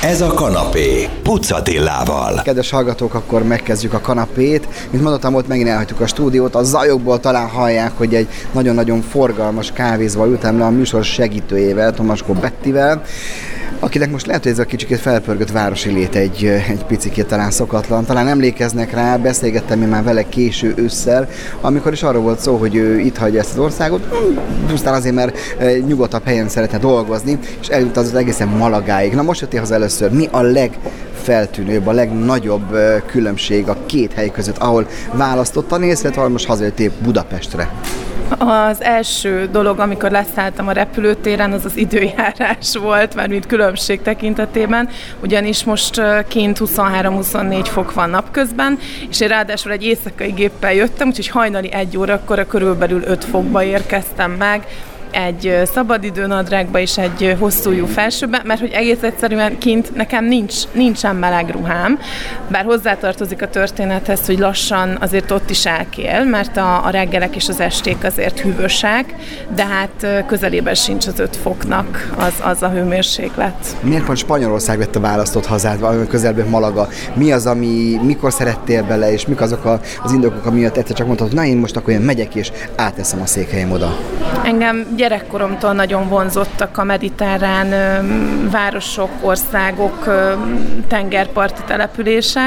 Ez a kanapé Pucz Attilával. Kedves hallgatók, akkor megkezdjük a kanapét. Mint mondottam, ott megint elhagytuk a stúdiót. A zajokból talán hallják, hogy egy nagyon-nagyon forgalmas kávézva ültem le a műsor segítőjével, Tomaskó Bettivel, akinek most lehet, hogy ez a kicsikét felpörgött városi lét egy picikét talán szokatlan. Talán emlékeznek rá, beszélgettem én már vele késő ősszel, amikor is arról volt szó, hogy ő itt hagyja ezt az országot, pusztán azért, mert nyugodtabb helyen szeretne dolgozni, és eljut az egészen Malagáig. Na most jöttél haza először. Mi a legfeltűnőbb, a legnagyobb különbség a két hely között, ahol választottan, illetve most hazajöttél Budapestre? Az első dolog, amikor leszálltam a repülőtéren, az az időjárás volt, mert mint különbség tekintetében, ugyanis most kint 23-24 fok van napközben, és én ráadásul egy éjszakai géppel jöttem, úgyhogy hajnali 1 órakor körülbelül 5 fokba érkeztem meg, egy szabadidőnadrágba és egy hosszújú felsőbe, mert hogy egész egyszerűen kint nekem nincsen meleg ruhám, bár hozzátartozik a történethez, hogy lassan azért ott is elkél, mert a reggelek és az esték azért hűvösek, de hát közelében sincs az 5 foknak az a hőmérséklet. Miért pont Spanyolország lett a választott hazád, közelben Malaga? Mi az, mikor szerettél bele, és mik azok az indokok, amiatt egyszer csak mondtad, hogy na én most akkor én megyek és áteszem a székhelyem oda? Engem gyerekkoromtól nagyon vonzottak a mediterrán városok, országok, tengerparti települések,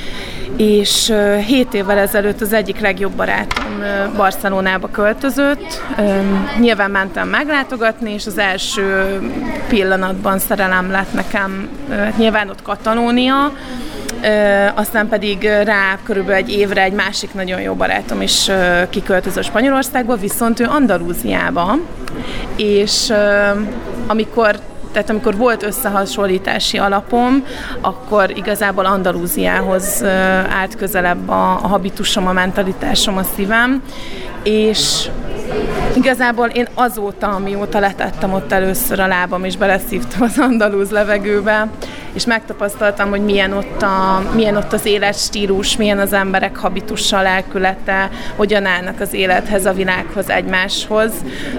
és 7 évvel ezelőtt az egyik legjobb barátom Barcelonába költözött. Nyilván mentem meglátogatni, és az első pillanatban szerelem lett nekem, nyilván ott Katalónia, aztán pedig rá körülbelül egy évre egy másik nagyon jó barátom is kiköltözött Spanyolországba, viszont ő Andalúziába, és amikor volt összehasonlítási alapom, akkor igazából Andalúziához állt közelebb a habitusom, a mentalitásom, a szívem, és igazából én azóta, amióta letettem ott először a lábam, és beleszívtam az andalúz levegőbe, és megtapasztaltam, hogy milyen ott az életstílus, milyen az emberek habitusa, lelkülete, hogyan állnak az élethez, a világhoz, egymáshoz.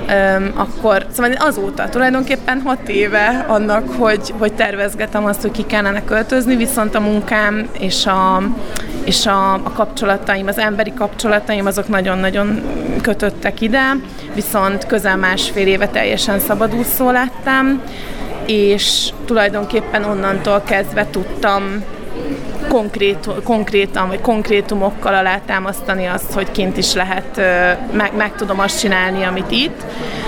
Szóval azóta tulajdonképpen 6 éve annak, hogy tervezgetem azt, hogy ki kellene költözni, viszont a munkám és a kapcsolataim, az emberi kapcsolataim, azok nagyon-nagyon kötöttek ide, viszont közel 1,5 éve teljesen szabadúszó lettem, és tulajdonképpen onnantól kezdve tudtam konkrétan, vagy konkrétumokkal alátámasztani azt, hogy kint is lehet, meg tudom azt csinálni, amit itt.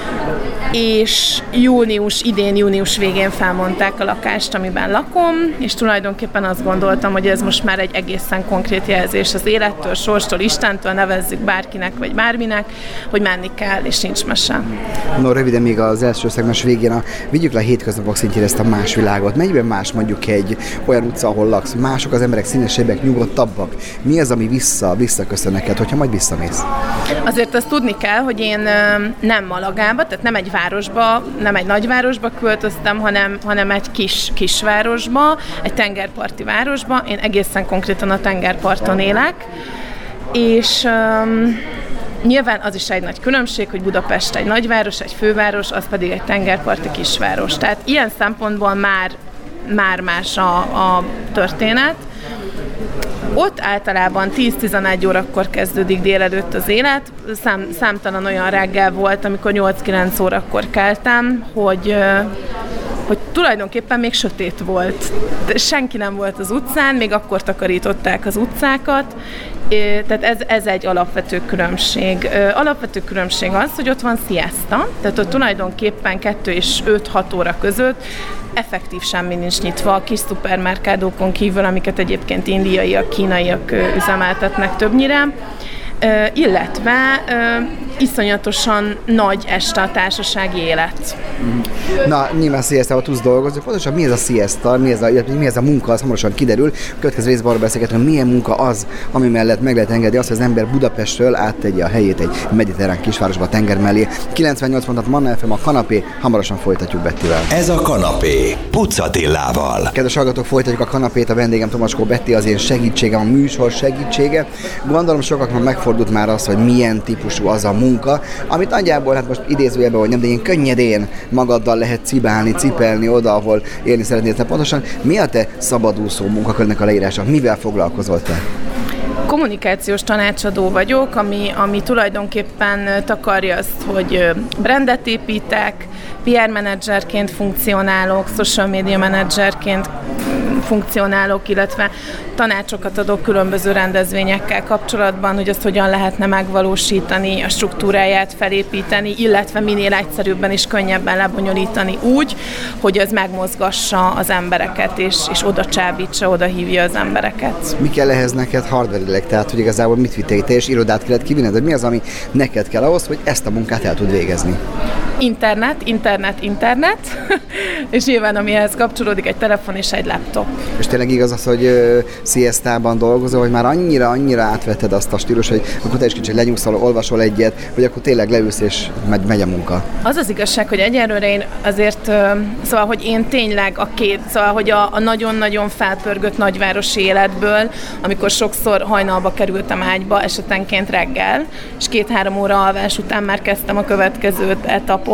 És idén június végén felmondták a lakást, amiben lakom, és tulajdonképpen azt gondoltam, hogy ez most már egy egészen konkrét jelzés az élettől, sorstól, Istentől, nevezzük bárkinek vagy bárminek, hogy menni kell, és nincs mese. No, röviden még az első szegmens végén vigyük le a hétköznapok szintjére ezt a más világot. Mennyiben más mondjuk egy olyan utca, ahol laksz? Mások az emberek, színesebbek, nyugodtabbak? Mi az, ami visszaköszön neked, hogyha majd visszamész? Azért azt tudni kell, hogy én nem Malagába, tehát nem egy városba, nem egy nagyvárosba költöztem, hanem egy kisvárosba, egy tengerparti városba. Én egészen konkrétan a tengerparton élek, és nyilván az is egy nagy különbség, hogy Budapest egy nagyváros, egy főváros, az pedig egy tengerparti kisváros. Tehát ilyen szempontból már más a történet. Ott általában 10-11 órakor kezdődik délelőtt az élet. Számtalan olyan reggel volt, amikor 8-9 órakor keltem, hogy tulajdonképpen még sötét volt. Senki nem volt az utcán, még akkor takarították az utcákat, tehát ez egy alapvető különbség. Alapvető különbség az, hogy ott van siesta, tehát ott tulajdonképpen 2 és 5-6 óra között effektív semmi nincs nyitva a kis szupermerkádókon kívül, amiket egyébként indiaiak, kínaiak üzemeltetnek többnyire, illetve iszonyatosan nagy este a társasági élet. Na, nyilván siesta-val tudsz dolgozni. Pontosan mi ez a siesta, mi ez a munka, az hamarosan kiderül. A következő részben arra beszélgetünk, milyen munka az, ami mellett meg lehet engedni azt, hogy az ember Budapestről áttegye a helyét egy mediterrán kisvárosba, a tenger mellé. 98 pontot Manna FM, a kanapé, hamarosan folytatjuk Bettivel. Ez a kanapé Pucz Attilával. Kedves hallgatók, folytatjuk a kanapét, a vendégem Tomaskó Betti, az én segítségem, a műsor segítsége. Gondolom sokaknak megfordult már az, hogy milyen típusú az a munka, amit nagyjából, hát most idézőjelben vagy nem, de ilyen könnyedén magaddal lehet cibálni, cipelni oda, ahol élni szeretnél. Pontosan mi a te szabadúszó munkakörnek a leírása? Mivel foglalkozol te? Kommunikációs tanácsadó vagyok, ami tulajdonképpen takarja azt, hogy brandet építek, PR menedzserként funkcionálok, social media menedzserként funkcionálok, illetve tanácsokat adok különböző rendezvényekkel kapcsolatban, hogy azt hogyan lehetne megvalósítani, a struktúráját felépíteni, illetve minél egyszerűbben és könnyebben lebonyolítani úgy, hogy az megmozgassa az embereket, és oda csábítsa, oda hívja az embereket. Mi kell ehhez neked hardware-ileg? Tehát, hogy igazából mit vittél? Teljes irodát kellett kivinned, hogy mi az, ami neked kell ahhoz, hogy ezt a munkát el tud végezni? Internet, és nyilván amihez kapcsolódik egy telefon és egy laptop. És tényleg igaz az, hogy siestában dolgozol, hogy már annyira átvetted azt a stílus, hogy akkor te is kicsit lenyugszol, olvasol egyet, vagy akkor tényleg leülsz és megy a munka. Az az igazság, hogy egyelőre én azért, szóval, hogy én tényleg hogy a nagyon-nagyon felpörgött nagyvárosi életből, amikor sokszor hajnalba kerültem ágyba, esetenként reggel, és 2-3 óra alvás után már kezdtem a következő etapot.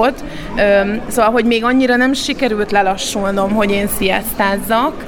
Szóval, hogy még annyira nem sikerült lelassulnom, hogy én sziasztázzak,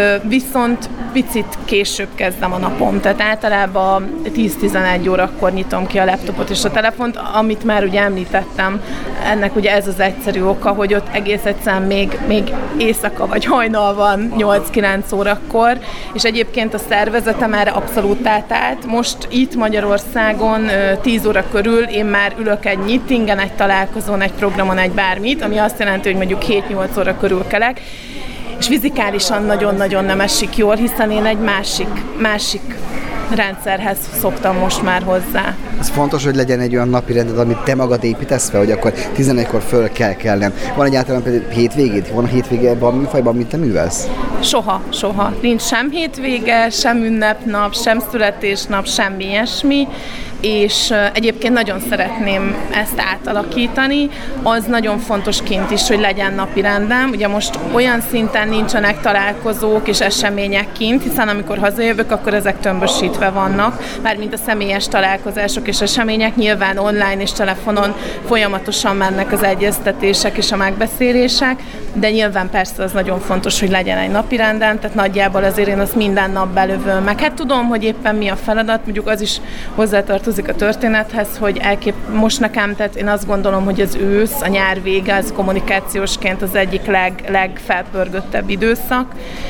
viszont picit később kezdem a napom. Tehát általában 10-11 órakor nyitom ki a laptopot és a telefont, amit már ugye említettem. Ennek ugye ez az egyszerű oka, hogy ott egész egyszerűen még éjszaka vagy hajnal van 8-9 órakor, és egyébként a szervezetem erre abszolút átállt. Most itt Magyarországon 10 óra körül én már ülök egy meetingen, egy találkozón, egy programon, egy bármit, ami azt jelenti, hogy mondjuk 7-8 óra körül kelek, és fizikálisan nagyon-nagyon nem esik jól, hiszen én egy másik rendszerhez szoktam most már hozzá. Ez fontos, hogy legyen egy olyan napi rended, amit te magad építesz fel, hogy akkor 11-kor föl kell kelnem. Van egyáltalán például hétvégét? Van a hétvége ebben a műfajban, amit te művelsz? Soha. Nincs sem hétvége, sem ünnepnap, sem születésnap, semmi ilyesmi, és egyébként nagyon szeretném ezt átalakítani. Az nagyon fontos kint is, hogy legyen napirendem. Ugye most olyan szinten nincsenek találkozók és események kint, hiszen amikor hazajövök, akkor ezek tömbösítve vannak, mármint a személyes találkozások és események, nyilván online és telefonon folyamatosan mennek az egyeztetések és a megbeszélések, de nyilván persze az nagyon fontos, hogy legyen egy napirendem, tehát nagyjából azért én azt minden nap belövöm meg. Hát tudom, hogy éppen mi a feladat, mondjuk az is hozzátartozik a történethez, hogy most nekem, tehát én azt gondolom, hogy az ősz, a nyár vége, az kommunikációsként az egyik legfelpörgöttebb időszak,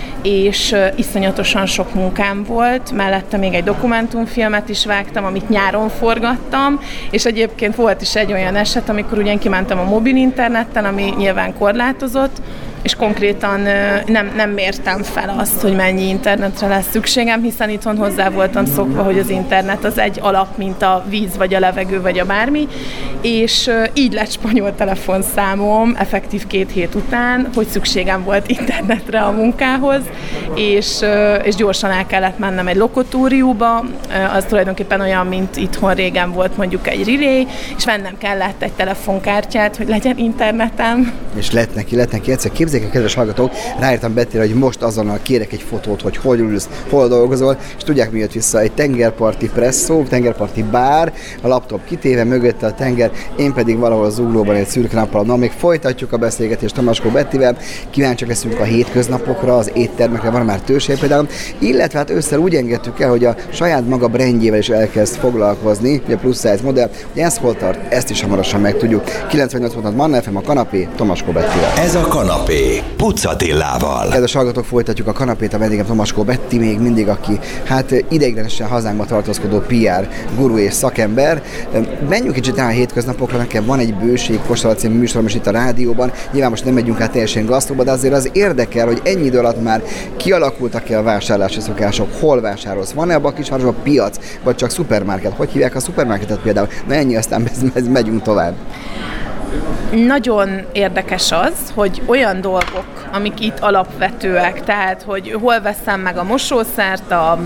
és iszonyatosan sok munkám volt, mellette még egy dokumentumfilmet is vágtam, amit nyáron forgattam, és egyébként volt is egy olyan eset, amikor ugyan kimentem a mobil interneten, ami nyilván korlátozott, és konkrétan nem mértem fel azt, hogy mennyi internetre lesz szükségem, hiszen itthon hozzá voltam szokva, hogy az internet az egy alap, mint a víz, vagy a levegő, vagy a bármi, és így lett spanyol telefonszámom effektív 2 hét után, hogy szükségem volt internetre a munkához, és gyorsan el kellett mennem egy lokutóriumba, az tulajdonképpen olyan, mint itthon régen volt mondjuk egy relay, és vennem kellett egy telefonkártyát, hogy legyen internetem. És lett neki egyszer. Képzeljék, kedves hallgatók, ráírtam Bettire, hogy most azonnal kérek egy fotót, hogy hol ülsz, hol dolgozol, és tudják, mi jött vissza? Egy tengerparti presszó, tengerparti bár, a laptop kitéve, mögötte a tenger, én pedig valahol a zuglóban egy szürke nappal. Na, még folytatjuk a beszélgetést Tomaskó Bettivel, kíváncsiak leszünk a hétköznapokra, az éttermekre, van már tőzsdei például, illetve hát ősszel úgy engedtük el, hogy a saját maga brandjével is elkezd foglalkozni, ugye plusz size modell, hogy ez hol tart, ezt is hamarosan megtudjuk. 98 pontot Manna FM, a kanapé, Tomaskó Bettivel. Ez a kanapé, Puc Attilával. Kedves hallgatók, folytatjuk a kanapét, a vendégem Tomaskó Betti, még mindig, aki hát ideiglenesen hazánkba tartózkodó PR guru és szakember. Menjünk kicsit rá a hétköznapokra, nekem van egy Bőség Kossuth című műsorom is itt a rádióban, nyilván most nem megyünk át teljesen gasztróba, de azért az érdekel, hogy ennyi idő alatt már kialakultak-e a vásárlási szokások, hol vásárolsz, van-e abban a kisvárosban piac, vagy csak szupermarket, hogy hívják a szupermarketet például, na ennyi, aztán megyünk tovább. Nagyon érdekes az, hogy olyan dolgok, amik itt alapvetőek, tehát hogy hol veszem meg a mosószert, a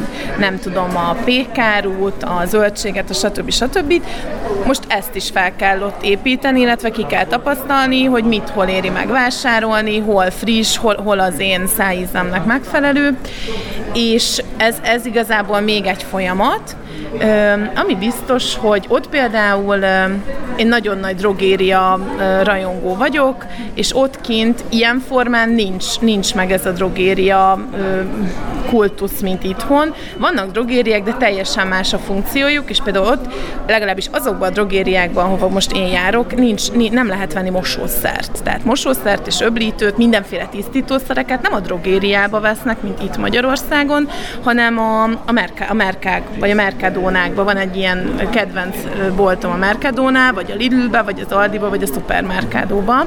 pékárút, a zöldséget, a stb. Most ezt is fel kell ott építeni, illetve ki kell tapasztalni, hogy mit hol éri meg vásárolni, hol friss, hol az én szájízemnek megfelelő, és ez igazából még egy folyamat. Ami biztos, hogy ott például én nagyon nagy drogéria rajongó vagyok, és ott kint ilyen formán nincs meg ez a drogéria kultusz, mint itthon. Vannak drogériák, de teljesen más a funkciójuk, és például ott, legalábbis azokban a drogériákban, ahova most én járok, nem lehet venni mosószert. Tehát mosószert és öblítőt, mindenféle tisztítószereket nem a drogériába vesznek, mint itt Magyarországon, hanem a Mercák, vagy a Mercadónákban. Van egy ilyen kedvenc boltom a Mercadónál, vagy a Lidlbe, vagy az Aldiba, vagy a Supermercadóba.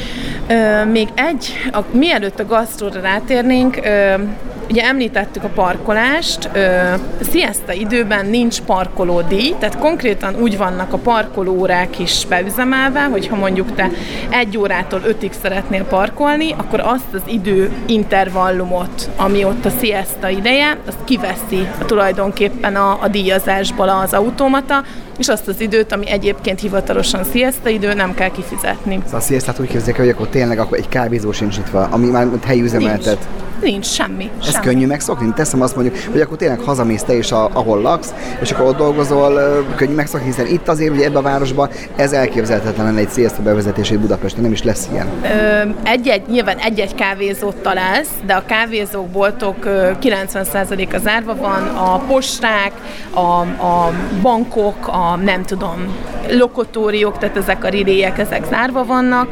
Még mielőtt a gasztróra rátérnénk, ugye említettük a parkolást, siesta időben nincs parkolódíj, tehát konkrétan úgy vannak a parkolóórák is beüzemelve, hogyha mondjuk te 1 órától 5-ig szeretnél parkolni, akkor azt az időintervallumot, ami ott a siesta ideje, azt kiveszi tulajdonképpen a díjazásból az automata, és azt az időt, ami egyébként hivatalosan siesta idő, nem kell kifizetni. Szóval a siestát úgy képzeljük, hogy akkor tényleg egy kávézó sincs nyitva, ami már helyi üzemeltet. Nincs semmi. Ez könnyű megszokni? Teszem azt mondjuk, hogy akkor tényleg hazamész te is, ahol laksz, és akkor ott dolgozol, könnyű megszokni, hiszen itt azért, ugye ebben a városban ez elképzelhetetlen lenne egy siesta bevezetését Budapesten, nem is lesz ilyen. Nyilván egy-egy kávézót találsz, de a kávézók, boltok 90%-a zárva van, a posták, a bankok, lokotóriók, tehát ezek a rilélyek, ezek zárva vannak.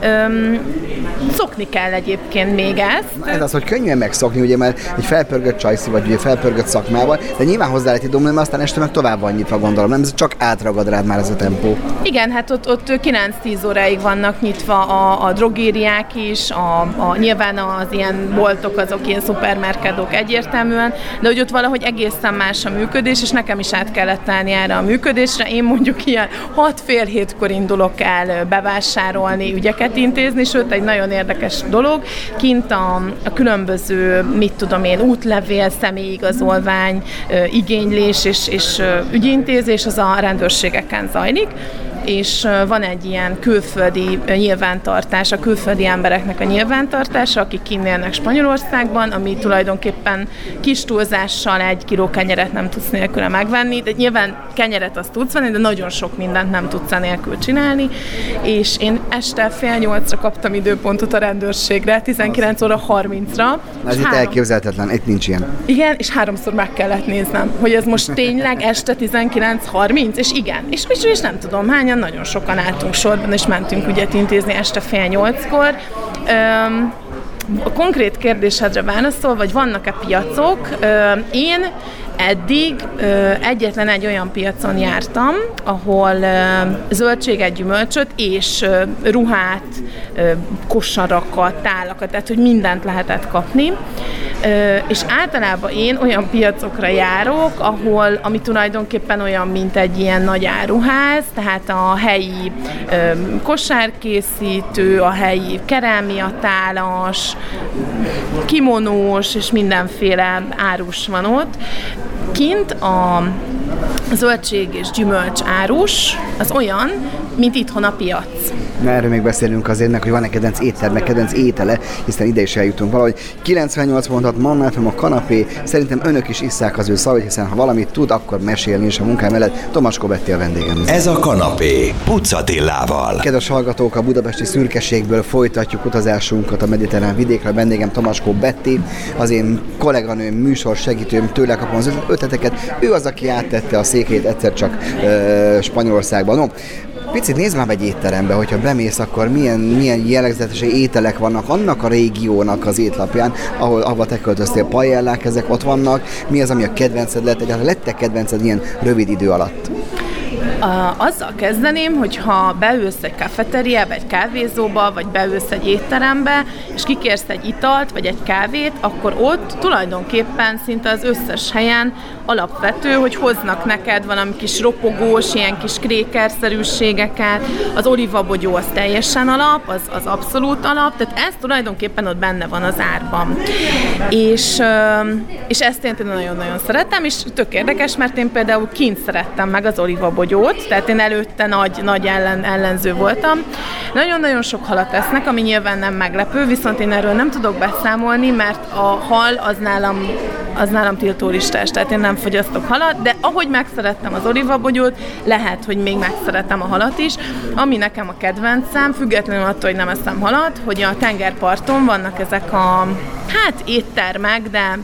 Szokni kell egyébként még ezt. Ez az, hogy könnyűen megszokni, ugye, mert egy felpörgött csajszi vagy, ugye felpörgött szakmával, de nyilván hozzá lehet domlani, mert aztán este meg tovább van nyitva, gondolom, nem? Ez csak átragad rád már ez a tempó. Igen, hát ott 9-10 óráig vannak nyitva a drogériák is, nyilván az ilyen boltok, azok ilyen szupermerkádók egyértelműen, de hogy ott valahogy egészen más a működés, és nekem is át kellett állni erre a működésre. Én mondjuk ilyen 6-fél-7-kor indulok el bevásárolni, ügyeket intézni, sőt, egy nagyon érdekes dolog, kint a különböző, útlevél, személyigazolvány, igénylés és ügyintézés az a rendőrségeken zajlik, és van egy ilyen külföldi nyilvántartás, a külföldi embereknek a nyilvántartása, akik kinn élnek Spanyolországban, ami tulajdonképpen kis túlzással 1 kiló kenyeret nem tudsz nélküle megvenni, de nyilván kenyeret azt tudsz venni, de nagyon sok mindent nem tudsz nélkül csinálni, és én este 7:30 kaptam időpontot a rendőrségre, 19:30-ra. Ez itt elképzelhetetlen, itt nincs ilyen. Igen, és 3-szor meg kellett néznem, hogy ez most tényleg este 19:30, és igen, és nem tudom, hányan, nagyon sokan álltunk sorban, és mentünk ügyet intézni este 7:30-kor. A konkrét kérdésedre válaszol, vagy vannak-e piacok? Én eddig egyetlen egy olyan piacon jártam, ahol zöldséget, gyümölcsöt és ruhát, kosarakat, tálakat, tehát hogy mindent lehetett kapni. És általában én olyan piacokra járok, ami tulajdonképpen olyan, mint egy ilyen nagy áruház, tehát a helyi kosárkészítő, a helyi kerámiatálas, kimonós és mindenféle árus van ott. Kint a zöldség és gyümölcs árus az olyan, mint itthon a piac. Na, erről még beszélünk azért, hogy van-e kedvenc éttermek, kedvenc étele, hiszen ide is eljutunk valahogy. 98 pontot Manna FM a kanapé, szerintem önök is isszák az ő szavait, hiszen ha valamit tud, akkor mesélni is a munkám mellett. Tomaskó Betti a vendégem. Ez a kanapé Puc Attilával. Kedves hallgatók, a budapesti szürkeségből folytatjuk utazásunkat a mediterrán vidékre. A vendégem Tomaskó Betti, az én kolléganőm, műsorsegítőm, tőle kapom az ötleteket. Ő az, aki áttette a székét egyszer csak Spanyolországban. No, picit nézd már egy étterembe, hogyha bemész, akkor milyen jellegzetes ételek vannak annak a régiónak az étlapján, ahova te költöztél. Paellák, ezek ott vannak. Mi az, ami a kedvenced lett? Egyáltalán lett-e kedvenced ilyen rövid idő alatt? Azzal kezdeném, hogy ha beülsz egy kafeteriába, egy kávézóba, vagy beülsz egy étterembe, és kikérsz egy italt, vagy egy kávét, akkor ott tulajdonképpen szinte az összes helyen alapvető, hogy hoznak neked valami kis ropogós, ilyen kis krékerszerűségeket, az olivabogyó az teljesen alap, az abszolút alap, tehát ez tulajdonképpen ott benne van az árban. És ezt én nagyon-nagyon szeretem, és tök érdekes, mert én például kint szerettem meg az olivabogyót, tehát én előtte nagy ellenző voltam. Nagyon-nagyon sok halat esznek, ami nyilván nem meglepő, viszont én erről nem tudok beszámolni, mert a hal az nálam tiltólistás, tehát én nem fogyasztok halat, de ahogy megszerettem az olivabogyót, lehet, hogy még megszerettem a halat is. Ami nekem a kedvencem, függetlenül attól, hogy nem eszem halat, hogy a tengerparton vannak ezek a éttermek, de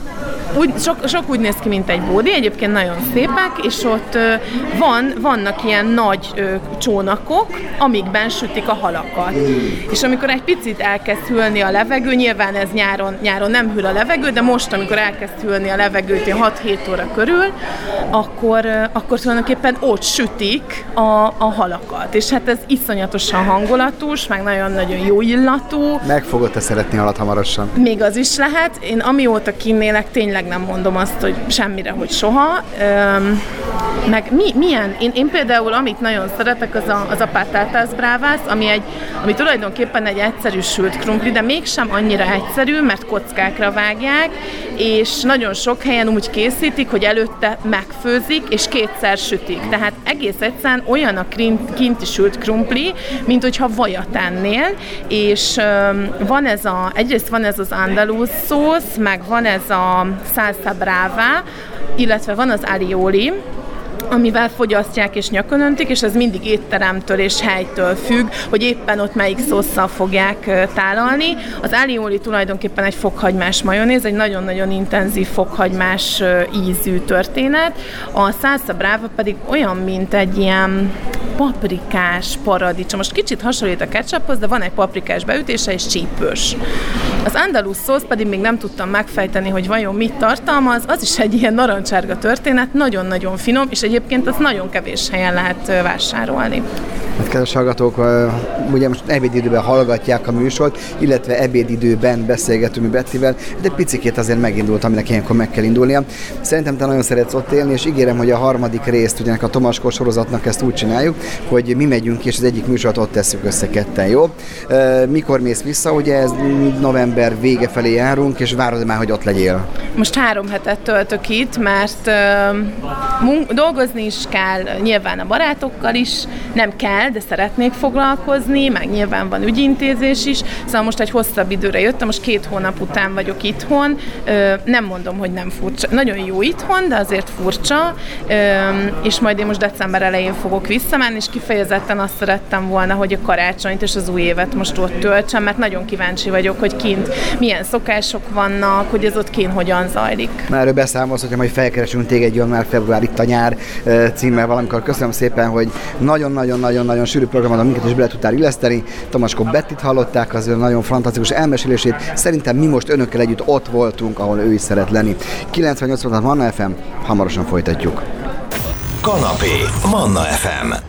sok úgy néz ki, mint egy bódi, egyébként nagyon szépek, és ott vannak ilyen nagy csónakok, amikben sütik a halakat. És amikor egy picit elkezd hűlni a levegő, nyilván ez nyáron nem hűl a levegő, de most, amikor elkezd hűlni a levegőt 6-7 óra körül, akkor tulajdonképpen ott sütik a halakat. És hát ez iszonyatosan hangulatos, meg nagyon-nagyon jó illatú. Meg fogod-e szeretni halat hamarosan? Még az is lehet. Én amióta kinnélek, tényleg nem mondom azt, hogy semmire, hogy soha. Meg milyen? Én például, amit nagyon szeretek, az a patatas bravas, ami tulajdonképpen egy egyszerű sült krumpli, de mégsem annyira egyszerű, mert kockákra vágják, és nagyon sok helyen úgy készítik, hogy előtte megfőzik, és kétszer sütik. Tehát egész egyszerűen olyan a kinti sült krumpli, mint hogyha vajat ennél, és egyrészt van ez az andalúz szósz, meg van ez a salsa brava, illetve van az alioli, amivel fogyasztják és nyakon öntik, és ez mindig étteremtől és helytől függ, hogy éppen ott melyik szósszal fogják tálalni. Az alioli tulajdonképpen egy fokhagymás majonéz, egy nagyon-nagyon intenzív fokhagymás ízű történet. A salsa brava pedig olyan, mint egy ilyen paprikás paradicsom. Most kicsit hasonlít a ketchuphoz, de van egy paprikás beütése és csípős. Az andalúz szósz pedig még nem tudtam megfejteni, hogy vajon mit tartalmaz, az is egy ilyen narancsárga történet, nagyon-nagyon finom, és egyébként azt nagyon kevés helyen lehet vásárolni. Hát, kedves hallgatók, ugye most ebédidőben hallgatják a műsort, illetve ebédidőben beszélgetünk Bettivel, de picikét azért megindult, aminek ilyenkor meg kell indulnia. Szerintem te nagyon szeretsz ott élni, és ígérem, hogy a harmadik részt, ugye a Tomaskó sorozatnak ezt úgy csináljuk, hogy mi megyünk, és az egyik műsort ott tesszük össze ketten, jó? Mikor mész vissza? Ugye ez november vége felé járunk, és várod már, hogy ott legyél? Most 3 hetet töltök itt, mert dolgozni is kell, nyilván a barátokkal is, nem kell, de szeretnék foglalkozni, meg nyilván van ügyintézés is, szóval most egy hosszabb időre jöttem, most 2 hónap után vagyok itthon, nem mondom, hogy nem furcsa, nagyon jó itthon, de azért furcsa, és majd én most december elején fogok visszamenni, és kifejezetten azt szerettem volna, hogy a karácsonyt és az új évet most ott töltsem, mert nagyon kíváncsi vagyok, hogy kint milyen szokások vannak, hogy ez ott kint hogyan zajlik. Már erről beszámolsz, hogyha majd felkeresünk téged január-február itt a nyár címmel valamikor. Köszönöm szépen, hogy nagyon-nagyon sűrű programodon minket is bele tudtál illeszteni. Tomaskó Bettit hallották, az nagyon fantasztikus elmesélését. Szerintem mi most önökkel együtt ott voltunk, ahol ő is szeret lenni. 98 Manna FM, hamarosan folytatjuk. Kanapé, Manna FM.